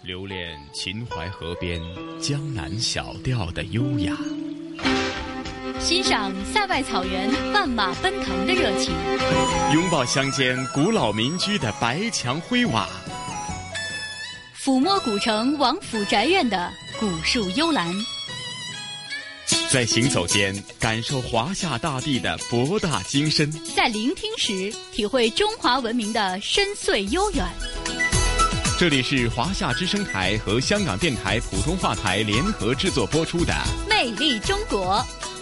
留恋秦淮河边江南小调的优雅， 欣赏塞外草原万马奔腾的热情， 拥抱乡间古老民居的白墙灰瓦， 抚摸古城王府宅院的古树幽兰， 在行走间感受华夏大地的博大精深， 在聆听时体会中华文明的深邃悠远。 这里是华夏之声台和香港电台普通话台联合制作播出的《 魅力中国》。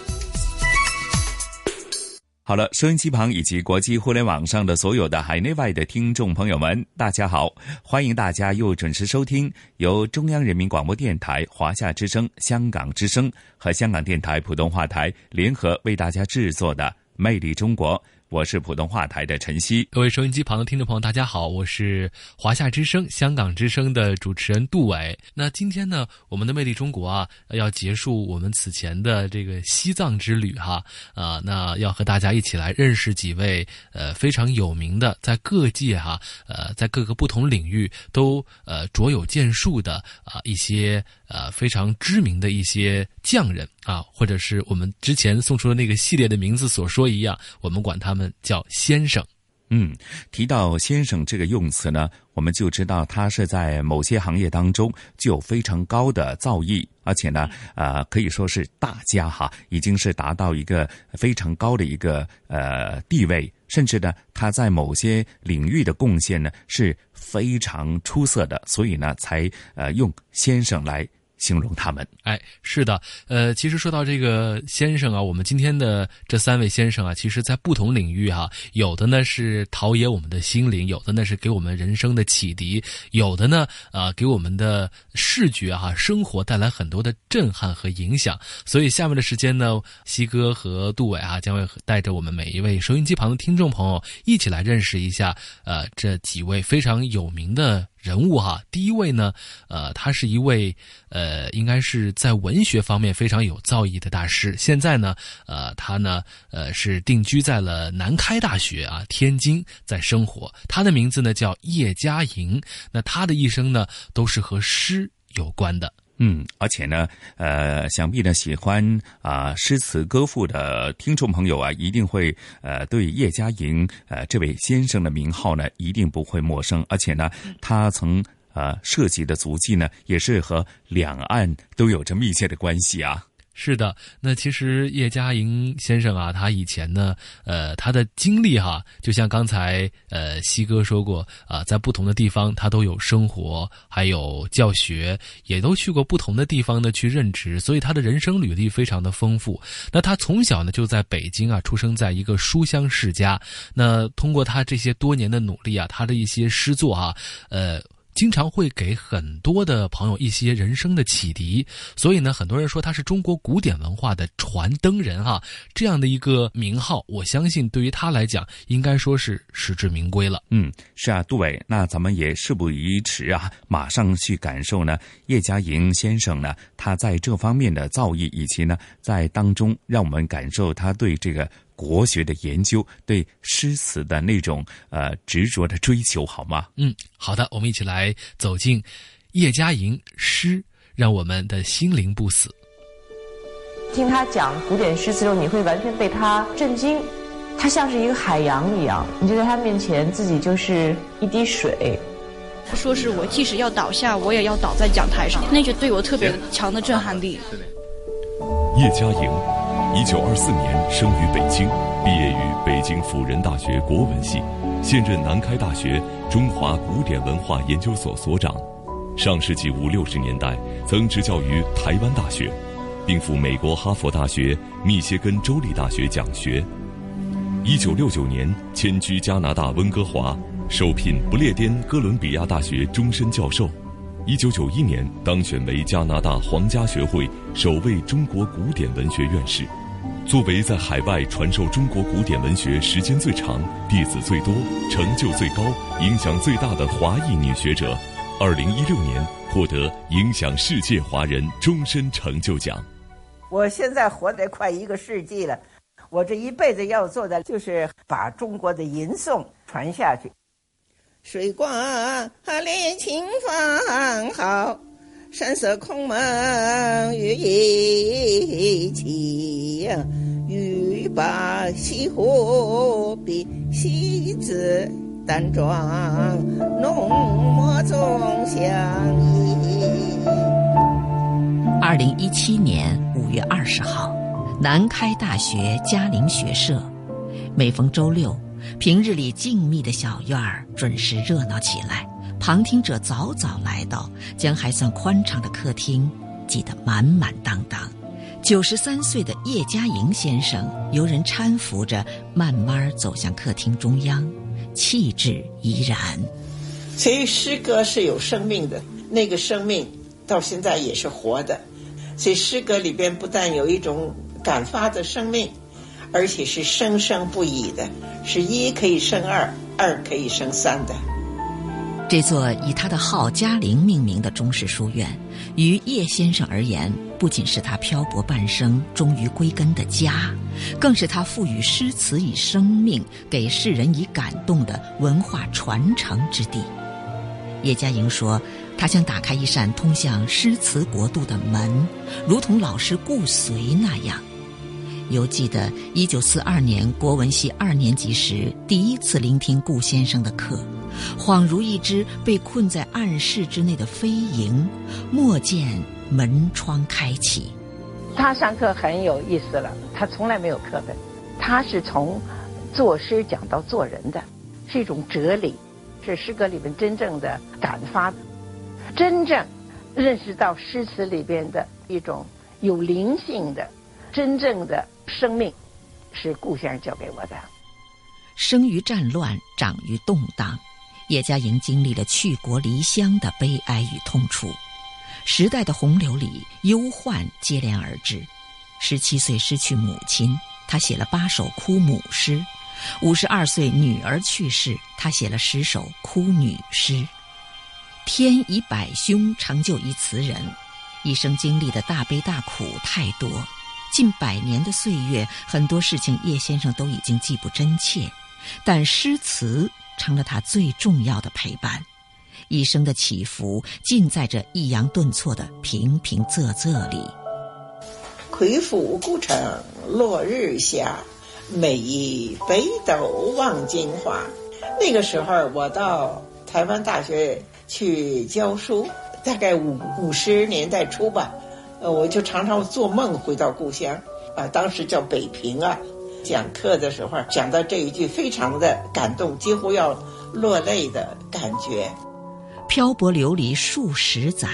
好了，收音机旁以及国际互联网上的所有的海内外的听众朋友们，大家好，欢迎大家又准时收听由中央人民广播电台、华夏之声、香港之声和香港电台普通话台联合为大家制作的《魅力中国》。我是普通话台的陈曦。 各位收音机旁的听众朋友大家好，我是华夏之声、香港之声的主持人杜伟。那今天呢，我们的魅力中国啊，要结束我们此前的这个西藏之旅哈，那要和大家一起来认识几位非常有名的，在各界哈，在各个不同领域都卓有建树的一些非常知名的一些匠人啊，或者是我们之前送出的那个系列的名字所说一样，我们管他们叫先生。 提到先生这个用词呢，我们就知道他是在某些行业当中就有非常高的造诣，而且呢，可以说是大家哈，已经是达到一个非常高的一个地位，甚至呢，他在某些领域的贡献呢是非常出色的，所以呢，才用先生来形容他们。 是的，其实说到这个先生啊，我们今天的这3位先生啊，其实在不同领域哈，有的呢是陶冶我们的心灵，有的呢是给我们人生的启迪，有的呢给我们的视觉哈、生活带来很多的震撼和影响。所以下面的时间呢，西哥和杜伟啊，将会带着我们每一位收音机旁的听众朋友一起来认识一下这几位非常有名的人物哈。第一位呢，他是一位应该是在文学方面非常有造诣的大师。现在呢，他呢，是定居在了南开大学啊，天津在生活。他的名字呢叫叶嘉莹。那他的一生呢，都是和诗有关的。 而且呢，想必呢喜欢诗词歌赋的听众朋友啊，一定会对叶嘉莹这位先生的名号呢，一定不会陌生。而且呢，他曾涉及的足迹呢，也是和两岸都有着密切的关系啊。 是的，那其实叶嘉莹先生啊，他以前呢，他的经历哈，就像刚才西哥说过在不同的地方他都有生活，还有教学，也都去过不同的地方呢去任职，所以他的人生履历非常的丰富。那他从小呢就在北京啊，出生在一个书香世家。那通过他这些多年的努力啊，他的一些诗作啊，经常会给很多的朋友一些人生的启迪，所以呢，很多人说他是中国古典文化的传灯人哈，这样的一个名号，我相信对于他来讲，应该说是实至名归了。 是啊，杜伟，那咱们也事不宜迟啊，马上去感受呢叶嘉莹先生呢，他在这方面的造诣，以及呢，在当中让我们感受他对这个国学的研究，对诗词的那种执着的追求，好吗？ 好的，我们一起来走进叶嘉莹诗，让我们的心灵不死。 听他讲古典诗词的时候，你会完全被他震惊，他像是一个海洋一样，你就在他面前自己就是一滴水。 说是我即使要倒下，我也要倒在讲台上，那就对我特别强的震撼力。 叶嘉莹1924年生于北京，毕业于北京辅仁大学国文系，现任南开大学中华古典文化研究所所长。上世纪50、60年代曾执教于台湾大学，并赴美国哈佛大学、密歇根州立大学讲学。1969年迁居加拿大温哥华，受聘不列颠哥伦比亚大学终身教授。1991年当选为加拿大皇家学会首位中国古典文学院士。作为在海外传授中国古典文学时间最长、弟子最多、成就最高、影响最大的华裔女学者，2016年获得影响世界华人终身成就奖。 我现在活得快1个世纪了，我这一辈子要做的就是把中国的吟诵传下去。 水光烈晴方好，山色空蒙月夜起，欲把西湖比西子淡妆，浓墨总相依。 2017年5月20号，南开大学嘉陵学社，每逢周六，平日里静谧的小院儿准时热闹起来，旁听者早早来到，将还算宽敞的客厅挤得满满当当。93岁的叶嘉莹先生由人搀扶着慢慢走向客厅中央，气质怡然。 所以诗歌是有生命的，那个生命到现在也是活的。所以诗歌里边不但有一种感发的生命，而且是生生不已的，是一可以生二，二可以生三的。 这座以他的号嘉陵命名的中式书院，于叶先生而言，不仅是他漂泊半生终于归根的家，更是他赋予诗词以生命，给世人以感动的文化传承之地。叶嘉莹说，他想打开一扇通向诗词国度的门，如同老师顾随那样。犹记得1942年国文系2年级时第一次聆听顾先生的课，恍如一只被困在暗室之内的飞蝇，莫见门窗开启。 他上课很有意思了，他从来没有课本，他是从作诗讲到做人的，是一种哲理，是诗歌里面真正的感发，真正认识到诗词里边的一种有灵性的真正的生命，是顾先生教给我的。 生于战乱，长于动荡，叶嘉莹经历了去国离乡的悲哀与痛楚。时代的洪流里，忧患接连而至。17岁失去母亲，他写了8首哭母诗；52岁女儿去世，他写了10首哭女诗。天以百凶成就一词人，一生经历的大悲大苦太多，近100年的岁月，很多事情叶先生都已经记不真切，但诗词成了他最重要的陪伴。一生的起伏尽在这抑扬顿挫的平平仄仄里。 魁府故城落日下，每以北斗望京华。那个时候我到台湾大学去教书，大概50年代初吧，我就常常做梦回到故乡啊，当时叫北平啊。讲课的时候讲到这一句，非常的感动，几乎要落泪的感觉。 漂泊流离数十载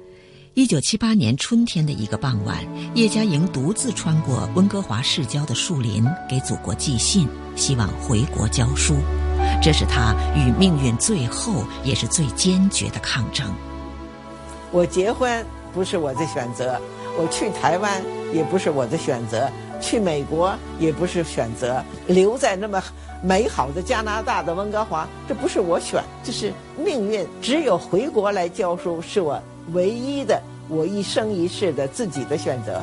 ，1978年春天的一个傍晚，叶嘉莹独自穿过温哥华市郊的树林，给祖国寄信，希望回国教书。这是他与命运最后也是最坚决的抗争。 我结婚不是我的选择，我去台湾也不是我的选择，去美国也不是选择，留在那么美好的加拿大的温哥华，这不是我选，这是命运。只有回国来教书是我唯一的，我一生一世的自己的选择。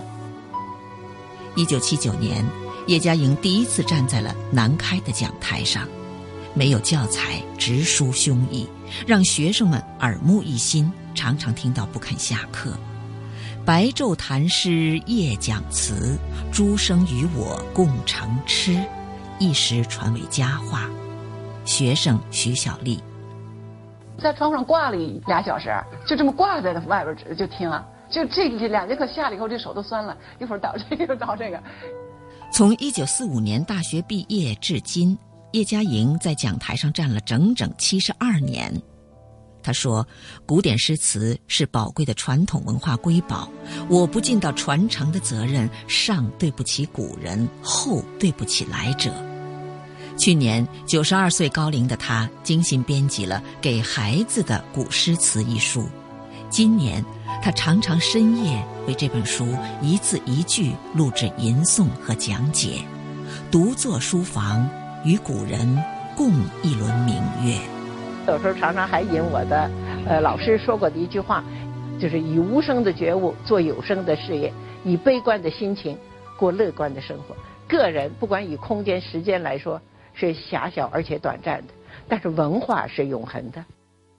1979年，叶嘉莹第一次站在了南开的讲台上，没有教材，直抒胸臆，让学生们耳目一新，常常听到不肯下课。白昼谈诗夜讲词，诸生与我共成痴，一时传为佳话。学生徐小丽在窗户上挂了2小时，就这么挂在外边就听啊，就这2节课下了以后，这手都酸了，一会儿倒这个，一会儿倒这个。 从1945年大学毕业至今，叶嘉莹在讲台上站了整整72年。他说，古典诗词是宝贵的传统文化瑰宝，我不尽到传承的责任，上对不起古人，后对不起来者。去年92岁高龄的他精心编辑了《给孩子的古诗词》一书，今年他常常深夜为这本书一字一句录制吟诵和讲解，独坐书房，与古人共一轮明月。 有时候常常还引我的老师说过的一句话，就是以无声的觉悟做有声的事业，以悲观的心情过乐观的生活。个人不管以空间时间来说是狭小而且短暂的， 但是文化是永恒的。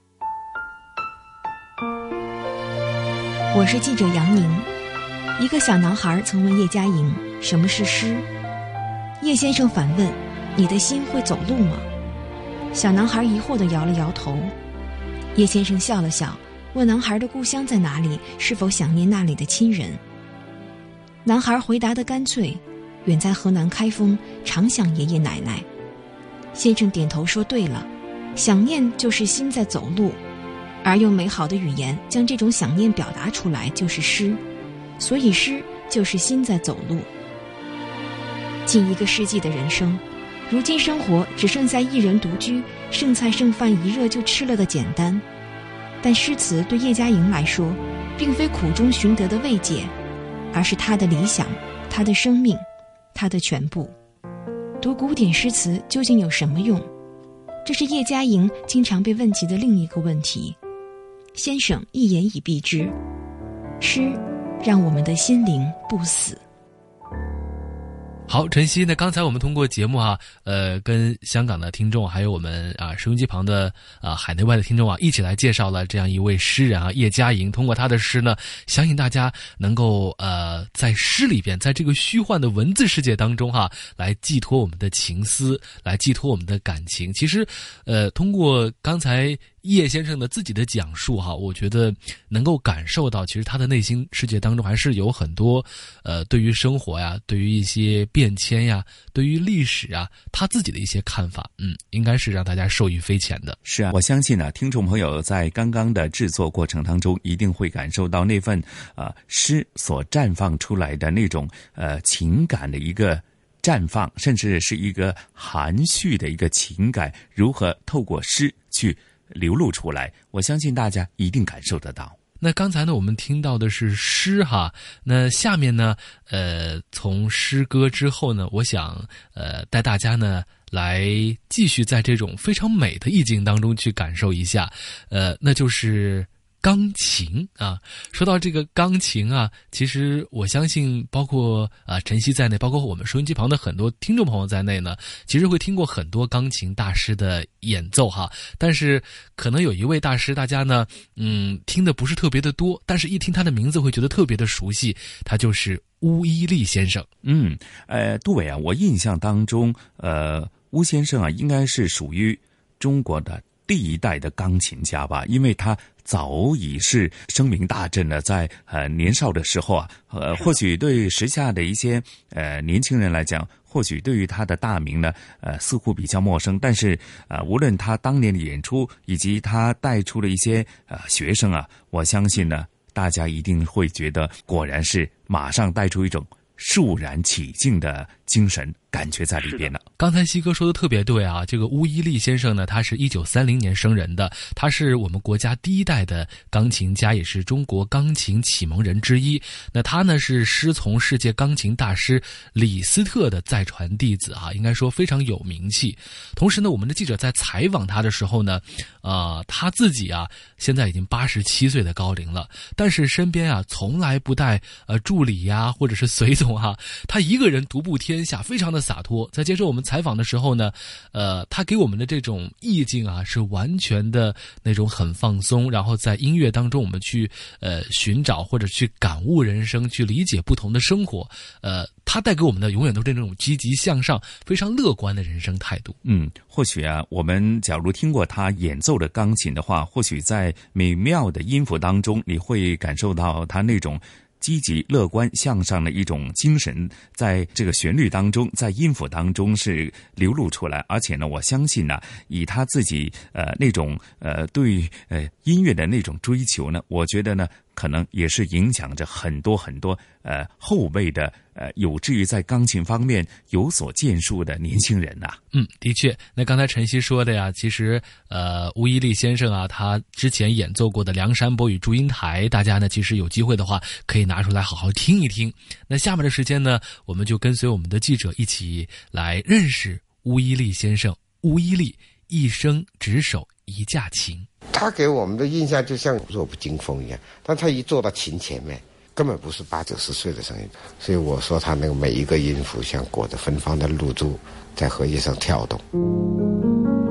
我是记者杨宁。一个小男孩曾问叶嘉莹什么是诗，叶先生反问：你的心会走路吗？小男孩疑惑地摇了摇头。叶先生笑了笑，问男孩的故乡在哪里，是否想念那里的亲人。男孩回答得干脆：远在河南开封，常想爷爷奶奶。先生点头说：对了，想念就是心在走路，而用美好的语言将这种想念表达出来就是诗，所以诗就是心在走路。近1个世纪的人生，如今生活只剩下一人独居，剩菜剩饭一热就吃了的简单。但诗词对叶嘉莹来说，并非苦中寻得的慰藉，而是她的理想，她的生命，她的全部。读古典诗词究竟有什么用？这是叶嘉莹经常被问及的另一个问题。先生一言以蔽之：诗让我们的心灵不死。 好，晨曦呢？刚才我们通过节目跟香港的听众，还有我们收音机旁的海内外的听众一起来介绍了这样一位诗人叶嘉莹。通过他的诗呢，相信大家能够在诗里边，在这个虚幻的文字世界当中来寄托我们的情思，来寄托我们的感情。其实通过刚才叶先生的自己的讲述我觉得能够感受到，其实他的内心世界当中还是有很多对于生活呀，对于一些变迁呀，对于历史他自己的一些看法，应该是让大家受益匪浅的。 是我相信听众朋友在刚刚的制作过程当中，一定会感受到那份诗所绽放出来的那种情感的一个绽放，甚至是一个含蓄的一个情感，如何透过诗去流露出来，我相信大家一定感受得到。 那刚才呢，我们听到的是诗那下面呢，从诗歌之后呢，我想带大家呢来继续在这种非常美的意境当中去感受一下，那就是钢琴说到这个钢琴其实我相信包括晨曦在内，包括我们收音机旁的很多听众朋友在内呢，其实会听过很多钢琴大师的演奏但是可能有一位大师大家呢听的不是特别的多，但是一听他的名字会觉得特别的熟悉，他就是巫一力先生。 杜伟我印象当中巫先生应该是属于中国的第一代的钢琴家吧，因为他早已是声名大振了，在年少的时候或许对时下的一些年轻人来讲，或许对于他的大名呢似乎比较陌生，但是无论他当年的演出以及他带出了一些学生我相信呢大家一定会觉得果然是马上带出一种肃然起敬的精神感觉在里边了。 刚才西哥说的特别对这个巫一力先生呢，他是1930年生人的，他是我们国家第一代的钢琴家，也是中国钢琴启蒙人之一。那他呢是师从世界钢琴大师李斯特的再传弟子应该说非常有名气。同时呢，我们的记者在采访他的时候呢，他自己现在已经87岁的高龄了，但是身边从来不带助理或者是随从他一个人独步天下，非常的洒脱。在接受我们采访的时候呢，他给我们的这种意境是完全的那种很放松，然后在音乐当中我们去寻找或者去感悟人生，去理解不同的生活。他带给我们的永远都是那种积极向上、非常乐观的人生态度。 或许我们假如听过他演奏的钢琴的话，或许在美妙的音符当中，你会感受到他那种积极乐观向上的一种精神，在这个旋律当中，在音符当中是流露出来。而且呢，我相信呢，以他自己那种对音乐的那种追求呢，我觉得呢可能也是影响着很多很多后辈的有志于在钢琴方面有所建树的年轻人的确。那刚才晨曦说的其实巫一力先生他之前演奏过的《梁山伯与祝英台》，大家呢其实有机会的话可以拿出来好好听一听。那下面的时间呢，我们就跟随我们的记者一起来认识巫一力先生。巫一力一生只手一架琴， 他给我们的印象就像弱不禁风一样，但他一坐到琴前面根本不是80-90岁的声音，所以我说他那个每一个音符像裹着芬芳的露珠在荷叶上跳动。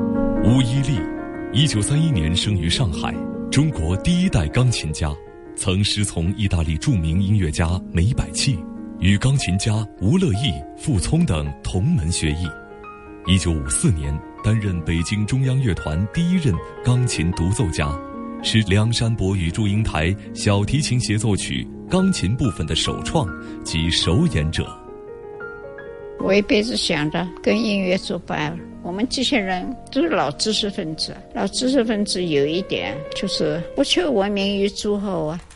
巫一力，1931年生于上海，中国第一代钢琴家，曾师从意大利著名音乐家梅百器，与钢琴家吴乐毅、傅聪等同门学艺。1954年担任北京中央乐团第一任钢琴独奏家，是梁山伯与祝英台小提琴协奏曲钢琴部分的首创及首演者。 我一辈子想着跟音乐作伴，我们这些人都是老知识分子，老知识分子有一点就是不求闻名于诸侯啊。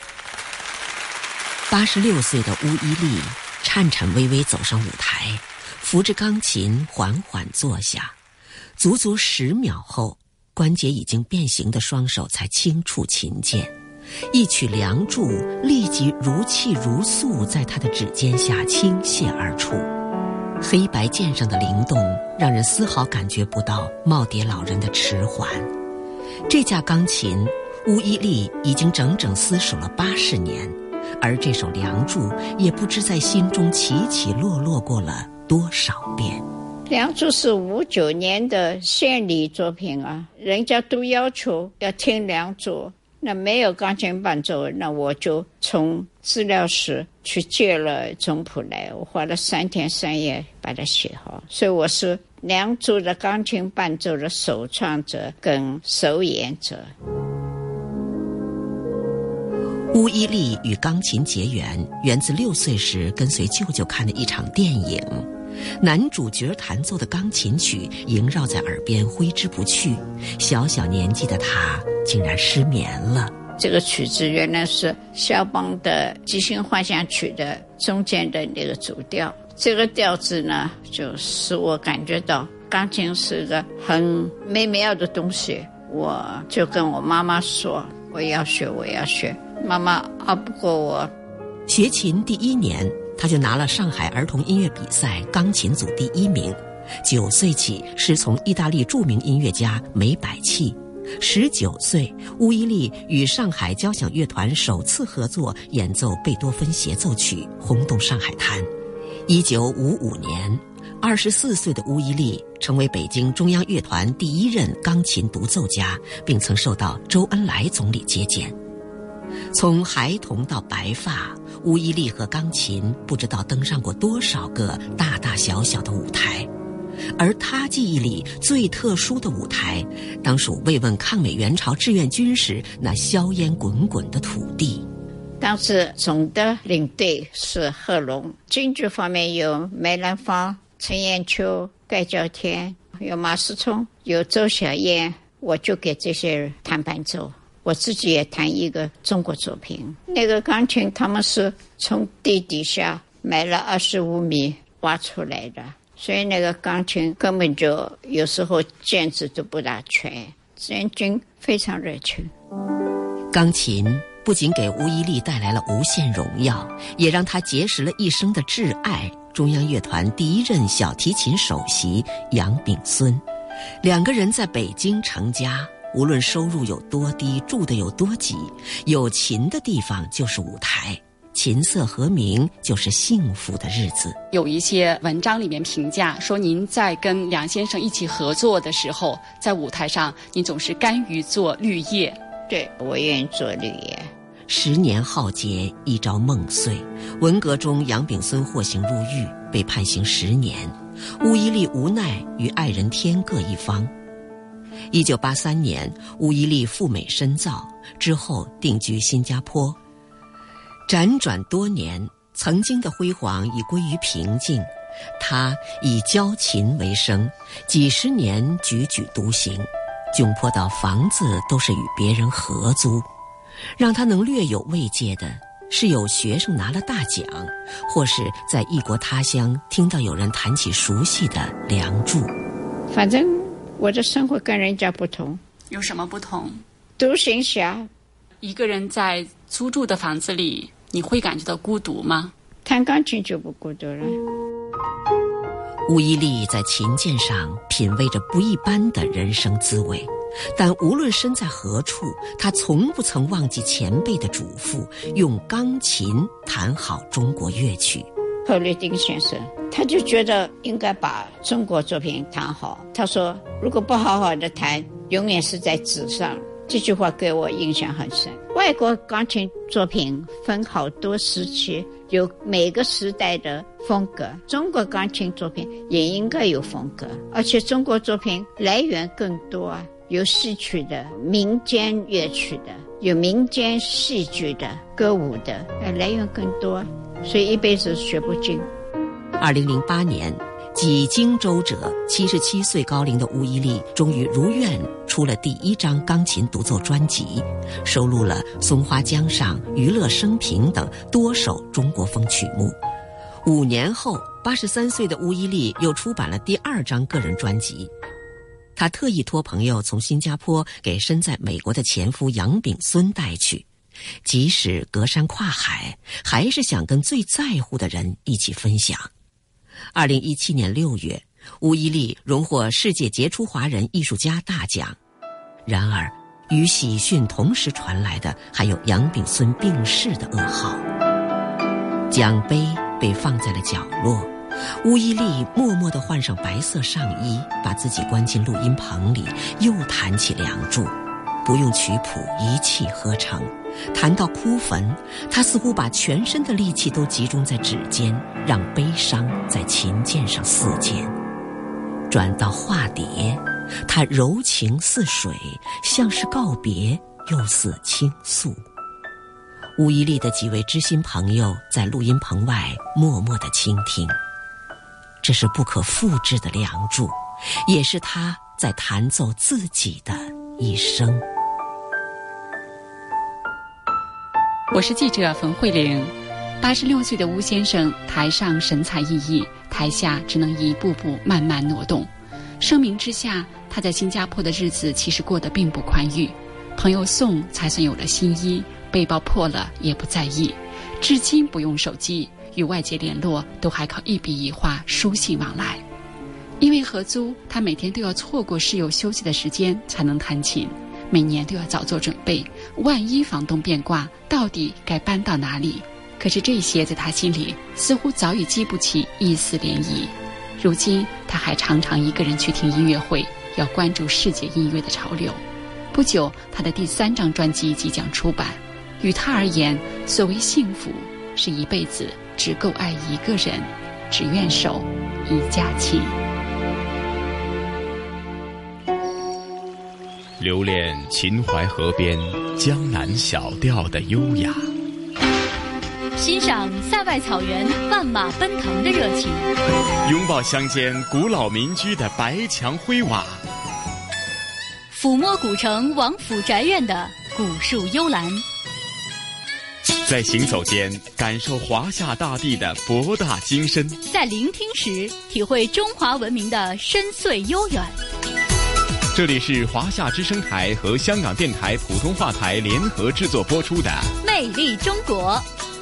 86岁的巫一力颤颤巍巍走上舞台，扶着钢琴缓缓坐下，足足10秒后，关节已经变形的双手才轻触琴键，一曲《梁祝》立即如泣如诉在他的指尖下倾泻而出。黑白键上的灵动让人丝毫感觉不到耄耋老人的迟缓。这架钢琴巫一力已经整整厮守了80年，而这首《梁祝》也不知在心中起起落落过了多少遍。 《梁祝》是59年的献礼作品啊，人家都要求要听《梁祝》，那没有钢琴伴奏，那我就从资料室去借了总谱来，我花了3天3夜把它写好，所以我是《梁祝》的钢琴伴奏的首创者跟首演者。 巫一力与钢琴结缘，源自6岁时跟随舅舅看的一场电影。男主角弹奏的钢琴曲萦绕在耳边挥之不去，小小年纪的他竟然失眠了。 这个曲子原来是肖邦的即兴幻想曲的中间的那个主调，这个调子呢就使我感觉到钢琴是个很美妙的东西。我就跟我妈妈说我要学，妈妈熬不过我。 学琴第1年，他就拿了上海儿童音乐比赛钢琴组第1名。9岁起师从意大利著名音乐家梅百器。19岁，巫一力与上海交响乐团首次合作演奏贝多芬协奏曲，轰动上海滩。1955年，24岁的巫一力成为北京中央乐团第1任钢琴独奏家，并曾受到周恩来总理接见。从孩童到白发，巫一力和钢琴不知道登上过多少个大大小小的舞台，而他记忆里最特殊的舞台，当属慰问抗美援朝志愿军时那硝烟滚滚的土地。 当时总的领队是贺龙，京剧方面有梅兰芳、陈延秋、盖叫天，有马思聪，有周小燕，我就给这些人弹伴奏。我自己也弹一个中国作品，那个钢琴他们是从地底下埋了25米挖出来的，所以那个钢琴根本就有时候键子都不大全。志愿军非常热情。 钢琴不仅给巫一力带来了无限荣耀，也让他结识了一生的挚爱，中央乐团第1任小提琴首席杨炳孙。2个人在北京成家，无论收入有多低，住的有多挤，有琴的地方就是舞台，琴瑟和鸣就是幸福的日子。 有一些文章里面评价说，您在跟梁先生一起合作的时候，在舞台上您总是甘于做绿叶。 对，我愿意做绿叶。 10年浩劫，一朝梦碎。文革中，杨炳孙获刑入狱，被判刑10年。巫一力无奈与爱人天各一方。1983年，巫一力赴美深造，之后定居新加坡。辗转多年，曾经的辉煌已归于平静。他以教琴为生，几十年踽踽独行，窘迫到房子都是与别人合租。让他能略有慰藉的是，有学生拿了大奖，或是在异国他乡听到有人弹起熟悉的《梁祝》。 反正我的生活跟人家不同。 有什么不同？ 独行侠。 一个人在租住的房子里，你会感觉到孤独吗？ 弹钢琴就不孤独了。 巫一力在琴键上品味着不一般的人生滋味，但无论身在何处，他从不曾忘记前辈的嘱咐，用钢琴弹好中国乐曲。 贺绿汀先生，他就觉得应该把中国作品谈好。他说如果不好好的谈，永远是在纸上。这句话给我印象很深。外国钢琴作品分好多时期，有每个时代的风格，中国钢琴作品也应该有风格，而且中国作品来源更多啊，有戏曲的，民间乐曲的，有民间戏剧的，歌舞的，来源更多，所以一辈子学不尽。 2008年，几经周折，77岁高龄的吴一力终于如愿出了第1张钢琴独奏专辑，收录了《松花江上》《娱乐生平》等多首中国风曲目。5年后，83岁的吴一力又出版了第2张个人专辑。他特意托朋友从新加坡给身在美国的前夫杨炳孙带去，即使隔山跨海，还是想跟最在乎的人一起分享。2017年6月，吴一力荣获世界杰出华人艺术家大奖。然而，与喜讯同时传来的还有杨炳孙病逝的噩耗。奖杯被放在了角落，吴一力默默地换上白色上衣，把自己关进录音棚里，又弹起《梁祝》，不用曲谱，一气呵成。谈到哭坟，他似乎把全身的力气都集中在指尖，让悲伤在琴键上四溅。转到化蝶，他柔情似水，像是告别，又似倾诉。吴一力的几位知心朋友在录音棚外默默地倾听，这是不可复制的梁祝，也是他在弹奏自己的一生。 我是记者冯慧玲。86岁的吴先生，台上神采奕奕，台下只能一步步慢慢挪动。盛名之下，他在新加坡的日子其实过得并不宽裕。朋友送才算有了新衣，背包破了也不在意。至今不用手机，与外界联络都还靠一笔一画书信往来。因为合租，他每天都要错过室友休息的时间才能弹琴。每年都要早做准备，万一房东变卦，到底该搬到哪里？可是这些在他心里似乎早已激不起一丝涟漪。如今他还常常一个人去听音乐会，要关注世界音乐的潮流。不久，他的第3张专辑即将出版。与他而言，所谓幸福，是一辈子只够爱一个人，只愿守一家亲。 留恋秦淮河边江南小调的优雅， 欣赏塞外草原万马奔腾的热情， 拥抱乡间古老民居的白墙灰瓦， 抚摸古城王府宅院的古树幽兰， 在行走间感受华夏大地的博大精深， 在聆听时体会中华文明的深邃悠远。 这里是华夏之声台和香港电台普通话台联合制作播出的《 魅力中国》。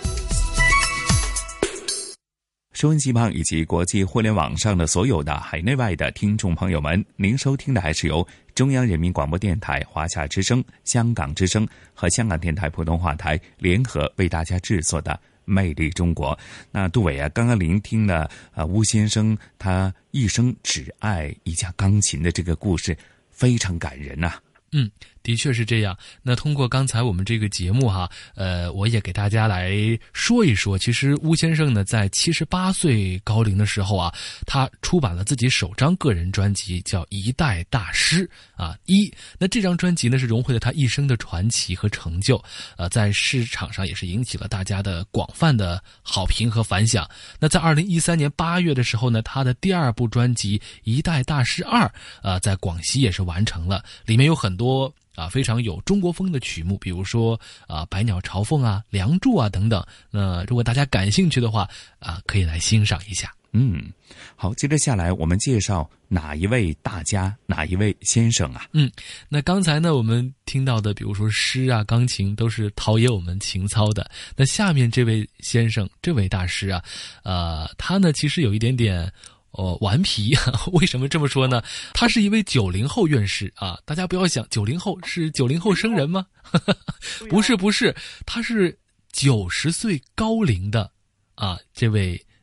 收音机旁以及国际互联网上的所有的海内外的听众朋友们，您收听的还是由中央人民广播电台、华夏之声、香港之声和香港电台普通话台联合为大家制作的魅力中国。那杜伟啊，刚刚聆听了吴先生他一生只爱一架钢琴的这个故事，非常感人呐。 的确是这样。那通过刚才我们这个节目哈，我也给大家来说一说，其实吴先生呢，在78岁高龄的时候啊，他出版了自己首张个人专辑，叫《一代大师》啊。那这张专辑呢，是融汇了他一生的传奇和成就，在市场上也是引起了大家的广泛的好评和反响。那在2013年8月的时候呢，他的第2部专辑《一代大师2》在广西也是完成了，里面有很多非常有中国风的曲目，比如说百鸟朝凤啊、梁祝啊等等。那如果大家感兴趣的话可以来欣赏一下。 好，接着下来我们介绍哪一位大家，哪一位先生啊？ 那刚才呢我们听到的比如说诗啊、钢琴都是陶冶我们情操的。那下面这位先生，这位大师啊，他呢其实有一点点顽皮。为什么这么说呢？他是一位90后院士啊！大家不要想90后是90后生人吗？不是，他是90岁高龄的这位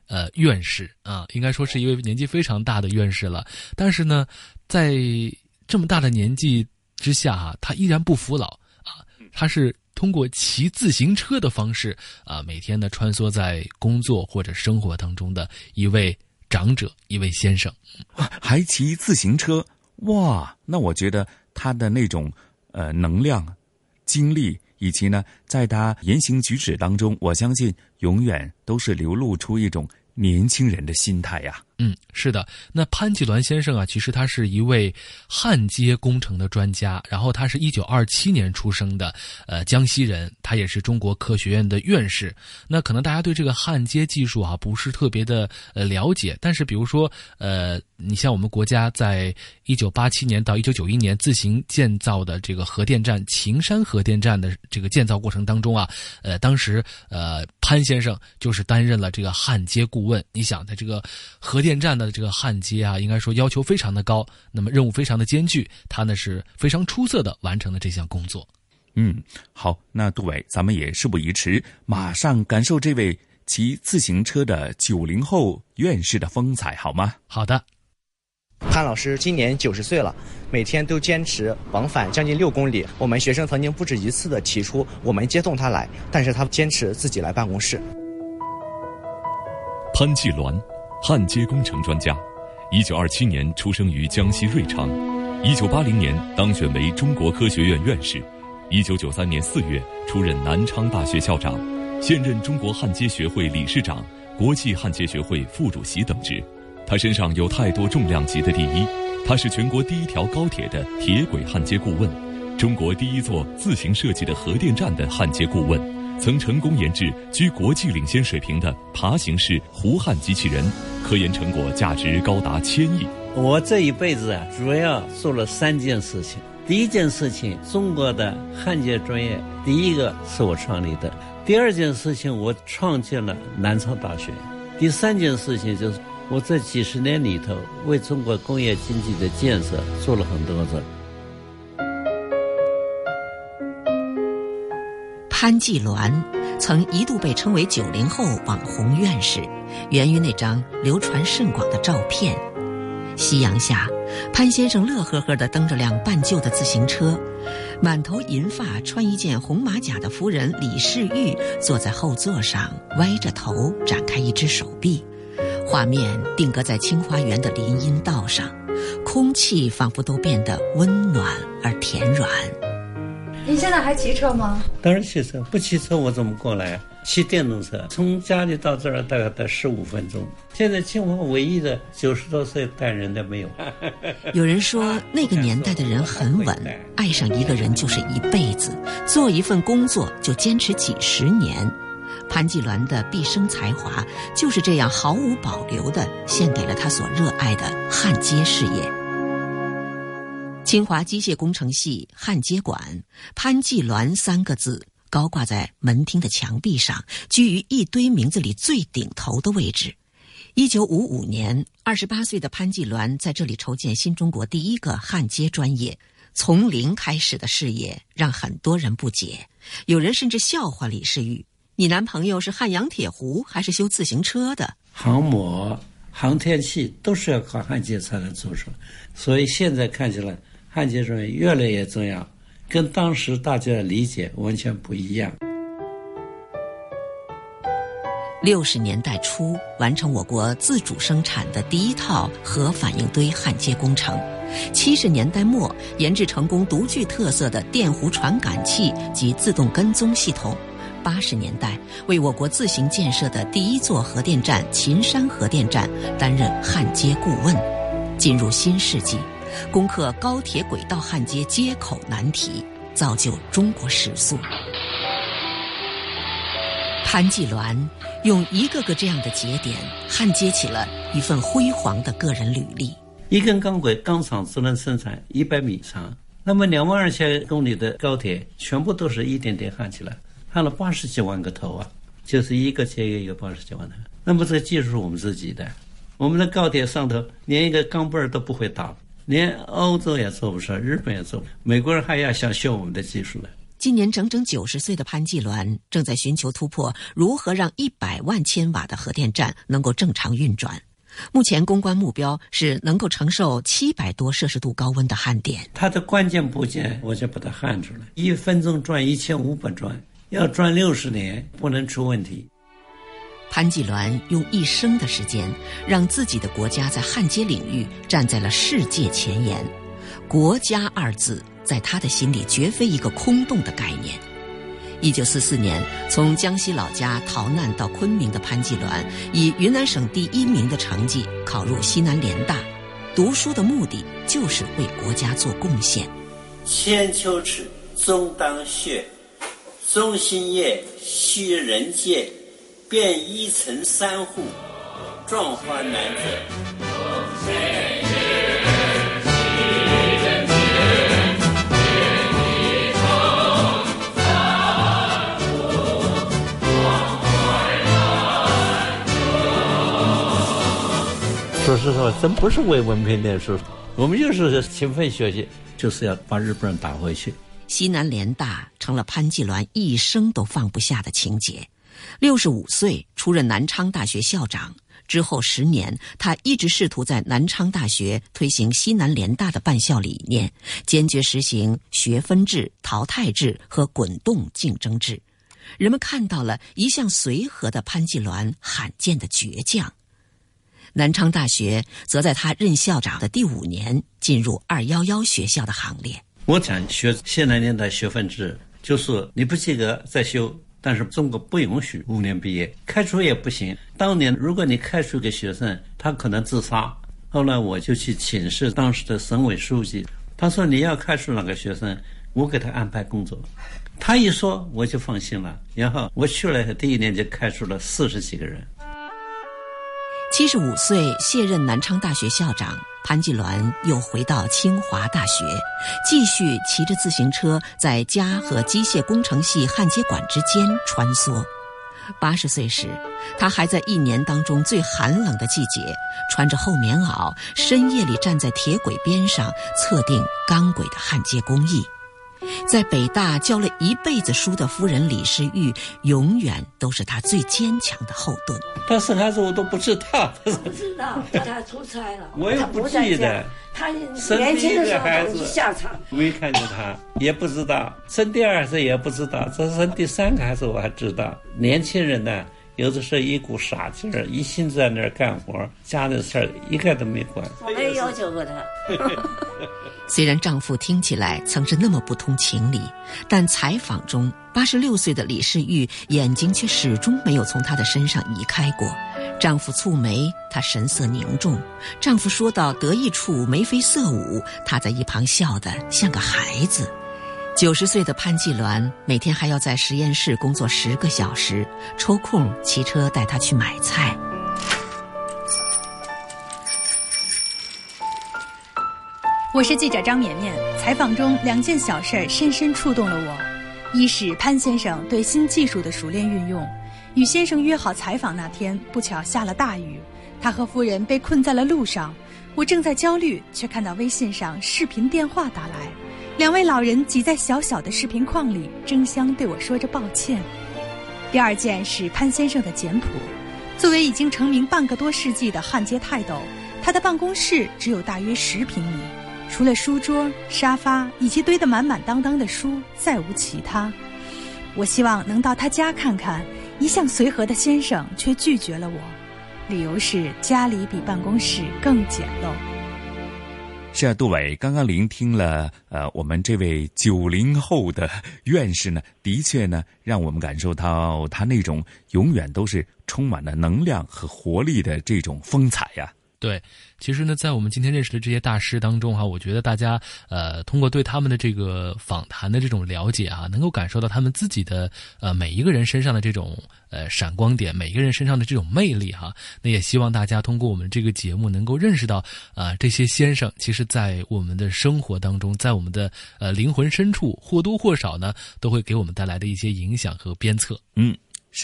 院士啊，应该说是一位年纪非常大的院士了。但是呢，在这么大的年纪之下啊，他依然不服老啊，他是通过骑自行车的方式啊，每天呢穿梭在工作或者生活当中的一位长者，一位先生。 还骑自行车，哇！那我觉得他的那种能量、精力，以及呢，在他言行举止当中，我相信永远都是流露出一种年轻人的心态呀。 是的。那潘季鸾先生啊，其实他是一位焊接工程的专家，然后他是1927年出生的，江西人，他也是中国科学院的院士。那可能大家对这个焊接技术啊不是特别的了解，但是比如说你像我们国家在1987年到1991年自行建造的这个核电站秦山核电站的这个建造过程当中啊，当时潘先生就是担任了这个焊接顾问。你想在这个核电站的这个焊接啊，应该说要求非常的高，那么任务非常的艰巨，他呢是非常出色的完成了这项工作。 好，那杜伟，咱们也事不宜迟，马上感受这位骑自行车的90后院士的风采，好吗？ 好的。 潘老师今年90岁了，每天都坚持往返将近6公里。我们学生曾经不止一次的提出我们接送他来，但是他坚持自己来办公室。 潘季鸾，焊接工程专家，1927年出生于江西瑞昌，1980年当选为中国科学院院士，1993年4月出任南昌大学校长，现任中国焊接学会理事长、国际焊接学会副主席等职。他身上有太多重量级的第一，他是全国第1条高铁的铁轨焊接顾问，中国第1座自行设计的核电站的焊接顾问，曾成功研制居国际领先水平的爬行式弧焊机器人，科研成果价值高达1000亿。 我这一辈子啊，主要做了3件事情。第一件事情，中国的焊接专业第一个是我创立的；第二件事情，我创建了南昌大学；第3件事情就是我这几10年里头为中国工业经济的建设做了很多事。 潘季鸾曾一度被称为90后网红院士，源于那张流传甚广的照片。夕阳下，潘先生乐呵呵地蹬着辆半旧的自行车，满头银发穿一件红马甲的夫人李世玉坐在后座上，歪着头展开一只手臂。画面定格在清华园的林荫道上，空气仿佛都变得温暖而甜软。 您现在还骑车吗？ 当然骑车，不骑车我怎么过来啊？骑电动车，从家里到这儿大概得15分钟。现在清华唯一的90多岁带人的没有。 有人说那个年代的人很稳，爱上一个人就是一辈子，做一份工作就坚持几10年。潘季鸾的毕生才华就是这样毫无保留地献给了他所热爱的焊接事业。清华机械工程系焊接馆，潘季鸾3个字高挂在门厅的墙壁上，居于一堆名字里最顶头的位置。1955年，28岁的潘季鸾在这里筹建新中国第1个焊接专业，从零开始的事业让很多人不解，有人甚至笑话李世玉，你男朋友是焊洋铁壶还是修自行车的？ 航模、航天器都是要靠焊接才能做出来，所以现在看起来焊接专业越来越重要，跟当时大家的理解完全不一样。 60年代初，完成我国自主生产的第1套核反应堆焊接工程。70年代末，研制成功独具特色的电弧传感器及自动跟踪系统。80年代，为我国自行建设的第1座核电站秦山核电站担任焊接顾问。进入新世纪，攻克高铁轨道焊接接口难题，造就中国时速。潘季鸾用一个个这样的节点，焊接起了一份辉煌的个人履历。 一根钢轨钢厂只能生产100米长，那么22000公里的高铁全部都是一点点焊起来，焊了80几万个头啊，就是一个接一个80几万头。那么这个技术是我们自己的，我们的高铁上头连一个钢镚都不会打，连欧洲也做不出来，日本也做不出来，美国人还要想学我们的技术呢。 今年整整90岁的潘季鸾正在寻求突破，如何让100万千瓦的核电站能够正常运转。目前攻关目标是能够承受700多摄氏度高温的焊点。 它的关键部件我就把它焊出来，1分钟转1500转，要转60年，不能出问题。 潘季鸾用一生的时间，让自己的国家在焊接领域站在了世界前沿。国家2字在他的心里绝非一个空洞的概念。1944年从江西老家逃难到昆明的潘季鸾，以云南省第1名的成绩考入西南联大。读书的目的就是为国家做贡献。 千秋尺，中当穴，中心叶，须人界，遍一城3户，壮花难择。说实话，真不是为文凭念书，我们就是勤奋学习，就是要把日本人打回去。 西南联大成了潘季鸾一生都放不下的情结。65岁出任南昌大学校长之后10年，他一直试图在南昌大学推行西南联大的办校理念，坚决实行学分制、淘汰制和滚动竞争制。人们看到了一向随和的潘季鸾罕见的倔强。南昌大学则在他任校长的第5年进入211学校的行列。 我想学西南联大学分制，就是你不及格再修，但是中国不允许5年毕业，开除也不行。当年如果你开除一个学生，他可能自杀。后来我就去请示当时的省委书记，他说你要开除哪个学生，我给他安排工作。他一说我就放心了，然后我去了第1年就开除了40几个人。 75岁卸任南昌大学校长，潘季鸾又回到清华大学，继续骑着自行车在家和机械工程系焊接管之间穿梭。80岁时，他还在1年当中最寒冷的季节，穿着厚棉袄，深夜里站在铁轨边上测定钢轨的焊接工艺。在北大教了一辈子书的夫人李世玉，永远都是他最坚强的后盾。 他生孩子我都不知道， 不知道他出差了， 我也不记得。 他年轻的时候都是下场， 没看见他，也不知道。生第2孩子也不知道，这生第3个孩子我还知道。年轻人呢，有的时候一股傻劲儿，一心在那儿干活，家的事儿一概都没管。 我没要求过他。 虽然丈夫听起来曾是那么不通情理，但采访中86岁的李世玉眼睛却始终没有从她的身上移开过。丈夫蹙眉，她神色凝重；丈夫说到得意处眉飞色舞，她在一旁笑得像个孩子。90岁的潘季鸾每天还要在实验室工作10个小时，抽空骑车带她去买菜。 我是记者张绵绵，采访中2件小事深深触动了我。一是潘先生对新技术的熟练运用。与先生约好采访那天，不巧下了大雨，他和夫人被困在了路上。我正在焦虑，却看到微信上视频电话打来，2位老人挤在小小的视频框里，争相对我说着抱歉。第2件是潘先生的简朴。作为已经成名半个多世纪的焊接泰斗，他的办公室只有大约10平米，除了书桌、沙发以及堆得满满当当的书，再无其他。我希望能到他家看看，一向随和的先生却拒绝了我，理由是家里比办公室更简陋。 是啊，杜伟刚刚聆听了我们这位90后的院士呢，的确呢让我们感受到他那种永远都是充满了能量和活力的这种风采呀。 对，其实呢，在我们今天认识的这些大师当中哈，我觉得大家通过对他们的这个访谈的这种了解啊，能够感受到他们自己的每一个人身上的这种闪光点，每一个人身上的这种魅力哈。那也希望大家通过我们这个节目能够认识到这些先生其实在我们的生活当中，在我们的灵魂深处或多或少呢都会给我们带来的一些影响和鞭策。 是了。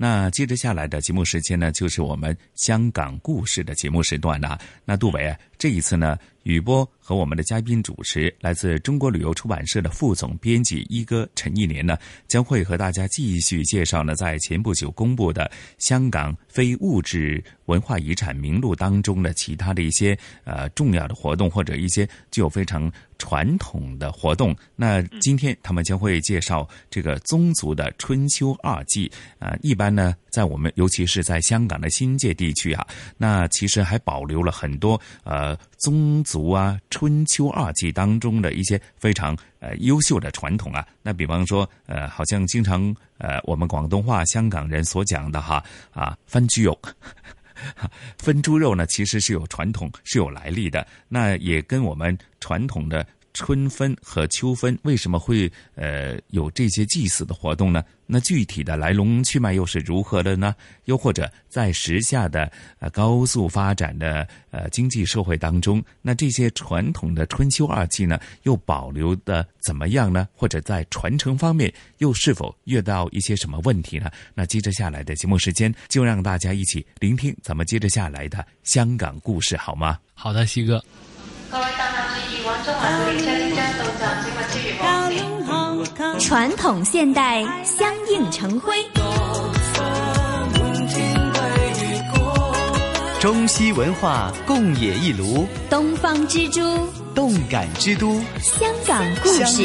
那接着下来的节目时间呢，就是我们香港故事的节目时段了。那杜伟这一次呢，雨波和我们的嘉宾主持来自中国旅游出版社的副总编辑一哥陈一年呢，将会和大家继续介绍呢，在前不久公布的香港非物质文化遗产名录当中的其他的一些重要的活动，或者一些具有非常传统的活动。那今天他们将会介绍这个宗族的春秋二祭。一般呢，在我们尤其是在香港的新界地区啊，那其实还保留了很多宗族啊春秋二祭当中的一些非常优秀的传统啊。那比方说好像经常我们广东话香港人所讲的分猪肉分猪肉呢，其实是有传统是有来历的。那也跟我们传统的春分和秋分为什么会有这些祭祀的活动呢？那具体的来龙去脉又是如何的呢？又或者在时下的高速发展的经济社会当中，那这些传统的春秋二祭呢，又保留的怎么样呢？或者在传承方面又是否遇到一些什么问题呢？那接着下来的节目时间，就让大家一起聆听咱们接着下来的香港故事，好吗？ 好的，西哥。 传统现代相映成辉， 中西文化共冶一炉， 东方之珠， 动感之都， 香港故事。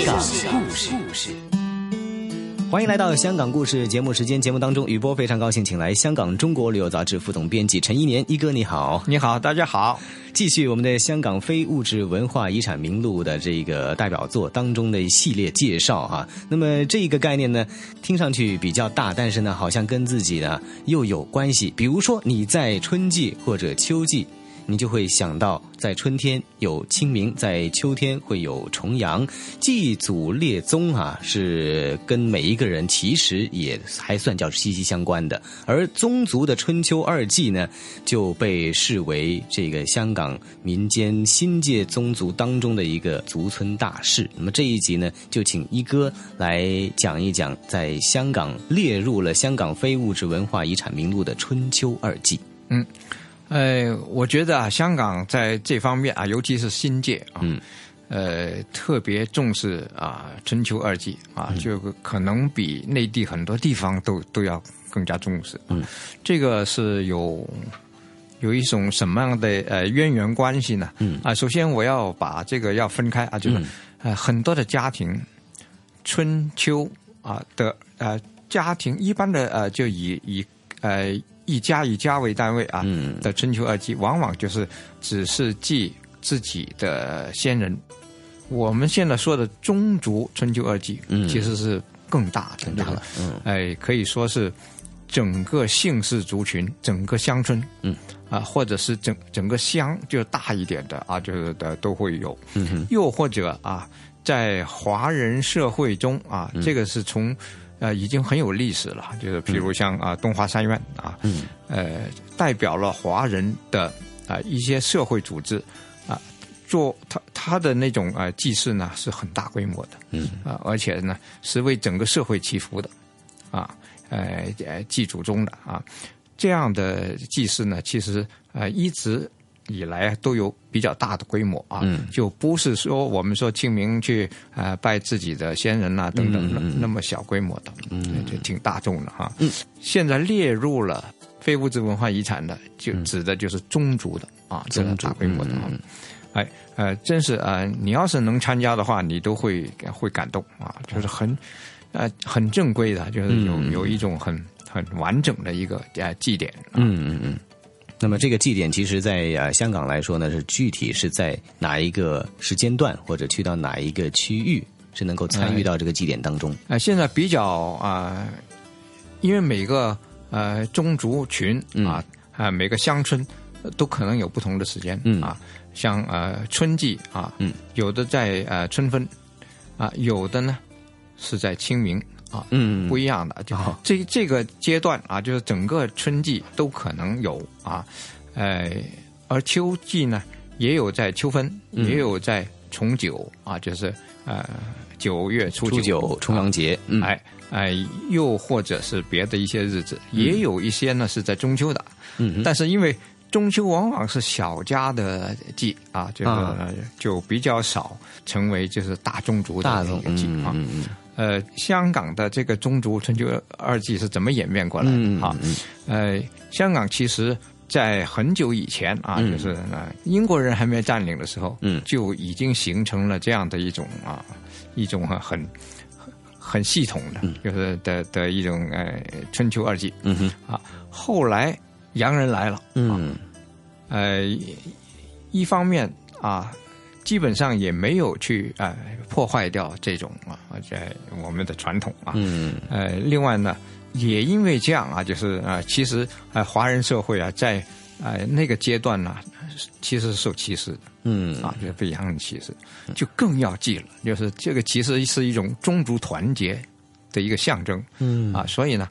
欢迎来到香港故事节目时间。节目当中，雨波非常高兴请来香港中国旅游杂志副总编辑陈一年一哥，你好。 你好，大家好。 继续我们的香港非物质文化遗产名录的这个代表作当中的系列介绍啊。那么这个概念呢，听上去比较大，但是呢，好像跟自己呢又有关系。比如说你在春季或者秋季，你就会想到在春天有清明，在秋天会有重阳。祭祖列宗啊，是跟每一个人其实也还算叫息息相关的。而宗族的春秋二祭呢，就被视为这个香港民间新界宗族当中的一个族村大事。那么这一集呢，就请一哥来讲一讲在香港列入了香港非物质文化遗产名录的春秋二祭。 我觉得香港在这方面尤其是新界特别重视春秋二祭就可能比内地很多地方都要更加重视。这个是有一种什么样的渊源关系呢？首先我要把这个要分开就是很多的家庭春秋的家庭一般的就以一家为单位的春秋二祭，往往就是只是祭自己的先人。我们现在说的宗族春秋二祭，其实是更大的，可以说是整个姓氏族群、整个乡村，或者是整个乡就大一点的就是都会有。又或者在华人社会中这个是从已经很有历史了，就是比如像东华三院代表了华人的一些社会组织做他的那种祭祀呢是很大规模的，而且呢是为整个社会祈福的祭祖宗的这样的祭祀呢，其实一直以来都有比较大的规模就不是说我们说清明去拜自己的先人等等那么小规模的，就挺大众的现在列入了非物质文化遗产的，就指的就是宗族的这种大规模的真是你要是能参加的话，你都会感动就是很正规的，就是有一种很完整的一个祭典。 那么这个祭典其实在香港来说呢，是具体是在哪一个时间段，或者去到哪一个区域是能够参与到这个祭典当中？ 现在比较因为每个宗族群每个乡村都可能有不同的时间像春季有的在春分有的呢是在清明不一样的，就这个阶段就是整个春季都可能有而秋季呢也有在秋分，也有在重九就是 9月初 9重阳节， 又或者是别的一些日子，也有一些呢是在中秋的，但是因为中秋往往是小家的祭啊，这个就比较少成为就是大宗族的一个祭啊。香港的这个宗族春秋二祭是怎么演变过来的啊？香港其实在很久以前啊，就是英国人还没占领的时候，就已经形成了这样的一种很系统的，就是的一种春秋二祭。后来洋人来了，一方面啊，基本上也没有去破坏掉这种我们的传统啊。另外呢，也因为这样啊，就是其实华人社会啊，在那个阶段呢，其实是受歧视的。就是被洋人歧视，就更要记了。就是这个其实是一种宗族团结的一个象征。所以呢，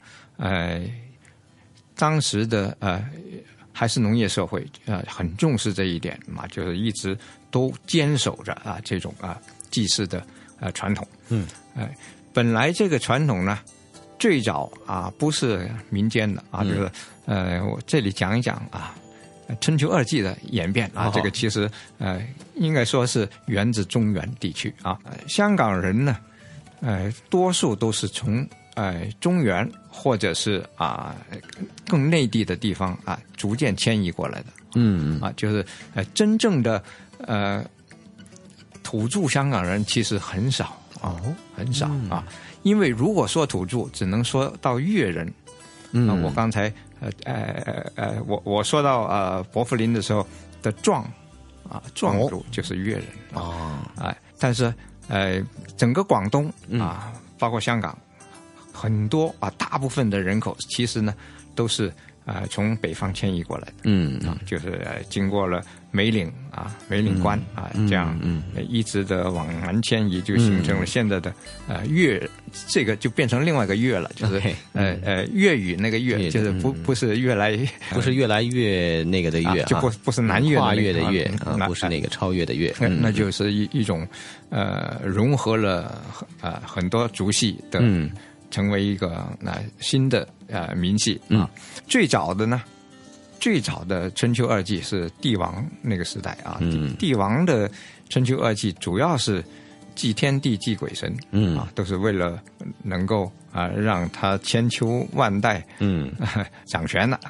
当时的还是农业社会，很重视这一点嘛，就是一直都坚守着这种祭祀的传统。本来这个传统呢，最早不是民间的就是我这里讲一讲春秋二祭的演变这个其实应该说是源自中原地区香港人呢多数都是从中原或者是更内地的地方逐渐迁移过来的。就是真正的土著香港人其实很少很少因为如果说土著，只能说到粤人。我刚才我说到薄扶林的时候的壮族就是粤人但是整个广东包括香港很多大部分的人口其实呢都是从北方迁移过来的。就是经过了梅岭关这样一直的往南迁移，就形成了现在的粤，这个就变成另外一个粤了，就是粤语那个粤，就是不是越来越那个的粤， 就不是南粤跨越的粤不是那个超越的粤， 那就是一种融合了很多族系的，成为一个新的民系最早的春秋二祭是帝王那个时代帝王的春秋二祭主要是祭天地祭鬼神都是为了能够让他千秋万代掌权的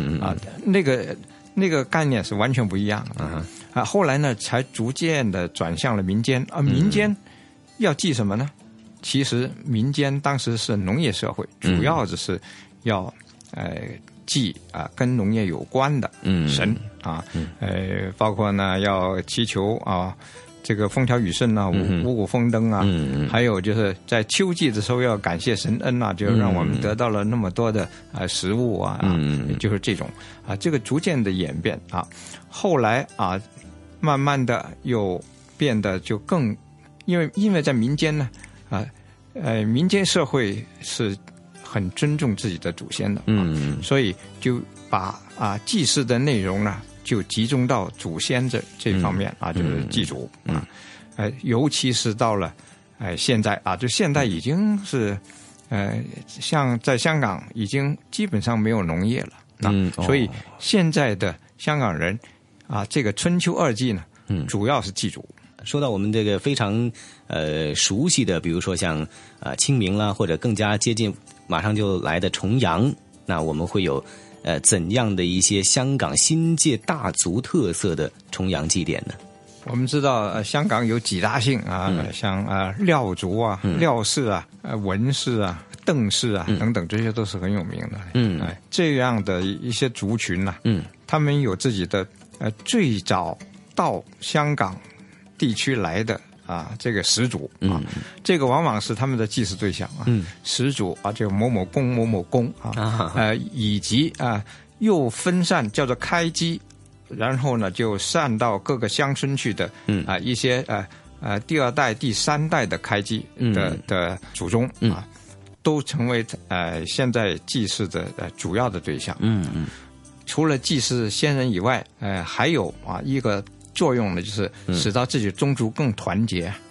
那个概念是完全不一样的后来呢才逐渐的转向了民间民间要祭什么呢？其实民间当时是农业社会，主要只是要祭跟农业有关的神包括呢要祈求这个风调雨顺五谷丰登还有就是在秋季的时候要感谢神恩就让我们得到了那么多的食物就是这种这个逐渐的演变后来慢慢的又变得就更因为在民间呢民间社会是很尊重自己的祖先的所以就把祭祀的内容呢就集中到祖先这方面就是祭祖尤其是到了现在就现在已经是像在香港已经基本上没有农业了所以现在的香港人这个春秋二祭呢主要是祭祖。 说到我们这个非常熟悉的，比如说像清明啦，或者更加接近马上就来的重阳，那我们会有怎样的一些香港新界大族特色的重阳祭典呢？ 我们知道香港有几大姓像廖族廖氏文氏邓氏等等，这些都是很有名的这样的一些族群他们有自己的最早到香港地区来的这个始祖这个往往是他们的祭祀对象始祖就某某公某某公以及又分散叫做开基，然后呢就散到各个乡村去的一些第二代第三代的开基的祖宗都成为现在祭祀的主要的对象除了祭祀先人以外还有一个作用呢，就是使到自己宗族更团结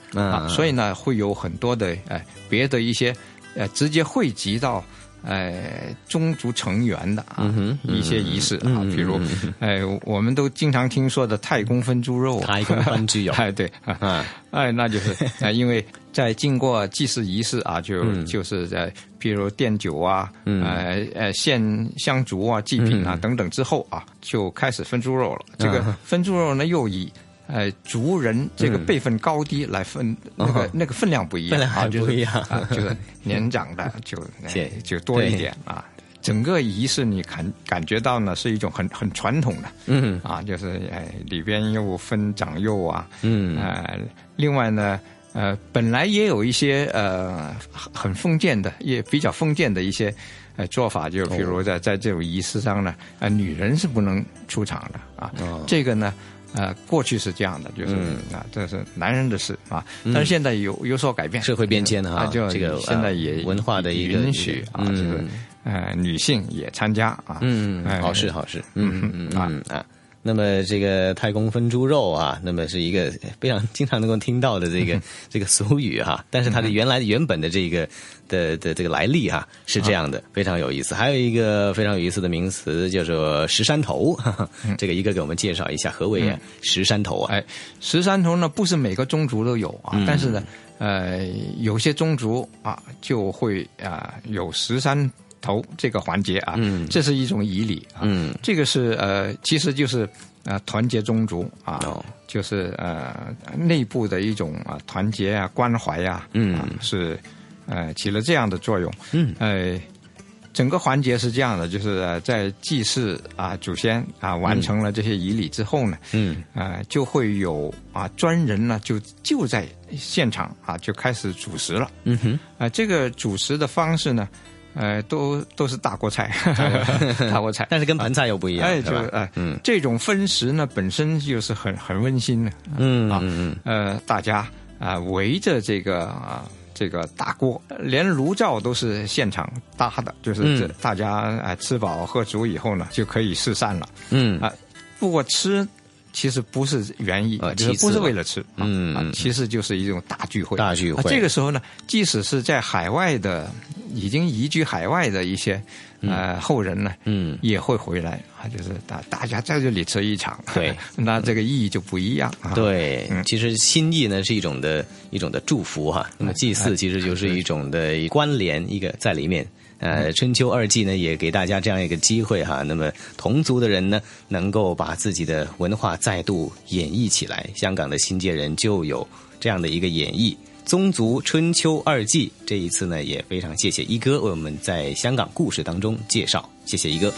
所以呢会有很多的别的一些直接汇集到宗族成员的一些仪式比如我们都经常听说的太公分猪肉， 太公分猪肉对那就是因为在经过祭祀仪式就是在比如奠酒献香烛祭品等等之后就开始分猪肉了。这个分猪肉呢又以族人这个辈分高低来分，那个分量不一样， 分量还不一样就是年长的就多一点整个仪式你感觉到呢是一种很传统的，就是里边又分长幼另外呢本来也有一些很封建的，也比较封建的一些做法，就比如在这种仪式上呢女人是不能出场的这个呢过去是这样的，就是这是男人的事但是现在有所改变， 社会变迁就这个现在也文化的一个允许就是女性也参加好事那么这个太公分猪肉那么是一个非常经常能够听到的这个俗语但是它的原本的这个的这个来历是这样的，非常有意思。还有一个非常有意思的名词叫做石山头，这个一个给我们介绍一下何谓石山头石山头呢不是每个宗族都有但是呢有些宗族就会有石山头这个环节这是一种仪礼这个是其实就是团结宗族就是内部的一种团结关怀是起了这样的作用整个环节是这样的，就是在祭祀祖先完成了这些仪礼之后呢就会有专人呢就在现场就开始煮食了这个煮食的方式呢都是大锅菜大锅菜， 但是跟盆菜又不一样这种分食呢本身就是很温馨的大家围着这个大锅，连炉灶都是现场搭的，就是大家吃饱喝足以后呢就可以四散了不过吃其实不是原意就是不是为了吃其实就是一种大聚会这个时候呢即使是在海外的已经移居海外的一些后人呢也会回来就是大家在这里吃一场对那这个意义就不一样对其实心意呢是一种的祝福那么祭祀其实就是一种的关联一个在里面春秋二季呢也给大家这样一个机会那么同族的人呢能够把自己的文化再度演绎起来，香港的新界人就有这样的一个演绎宗族春秋二季。这一次呢也非常谢谢一哥为我们在香港故事当中介绍，谢谢一哥。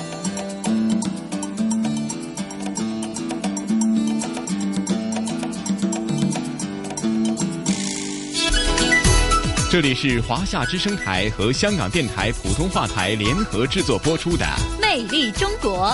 这里是华夏之声台和香港电台普通话台联合制作播出的 《魅力中国》。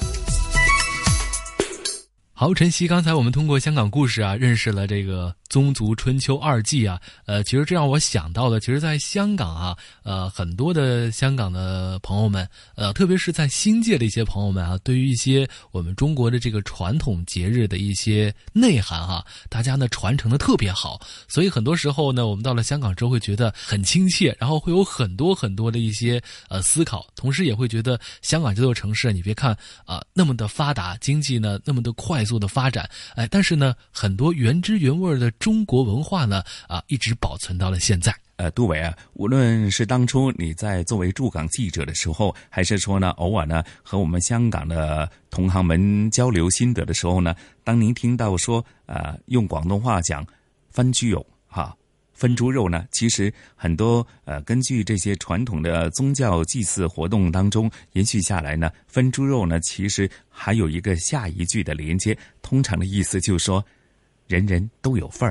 好，晨曦，刚才我们通过香港故事认识了这个宗族春秋二季其实这让我想到了，其实在香港很多的香港的朋友们特别是在新界的一些朋友们对于一些我们中国的这个传统节日的一些内涵大家呢传承的特别好，所以很多时候呢我们到了香港之后会觉得很亲切，然后会有很多很多的一些思考，同时也会觉得香港这座城市你别看那么的发达，经济呢那么的快速的发展但是呢很多原汁原味的中国文化呢一直保存到了现在。 杜伟无论是当初你在作为驻港记者的时候，还是说呢偶尔呢和我们香港的同行们交流心得的时候呢，当您听到说用广东话讲分猪肉分猪肉呢，其实很多根据这些传统的宗教祭祀活动当中延续下来呢，分猪肉呢其实还有一个下一句的连接，通常的意思就是说人人都有份儿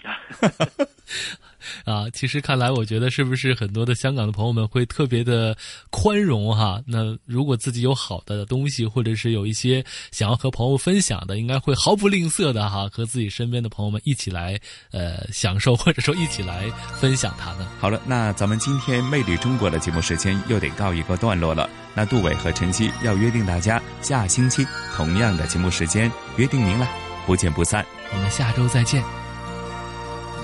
其实看来我觉得是不是很多的香港的朋友们会特别的宽容那如果自己有好的东西，或者是有一些想要和朋友分享的，应该会毫不吝啬的和自己身边的朋友们一起来享受，或者说一起来分享它呢。 好了，那咱们今天魅力中国的节目时间又得告一个段落了，那杜伟和晨曦要约定大家下星期同样的节目时间约定您了，不见不散， 我们下周再见。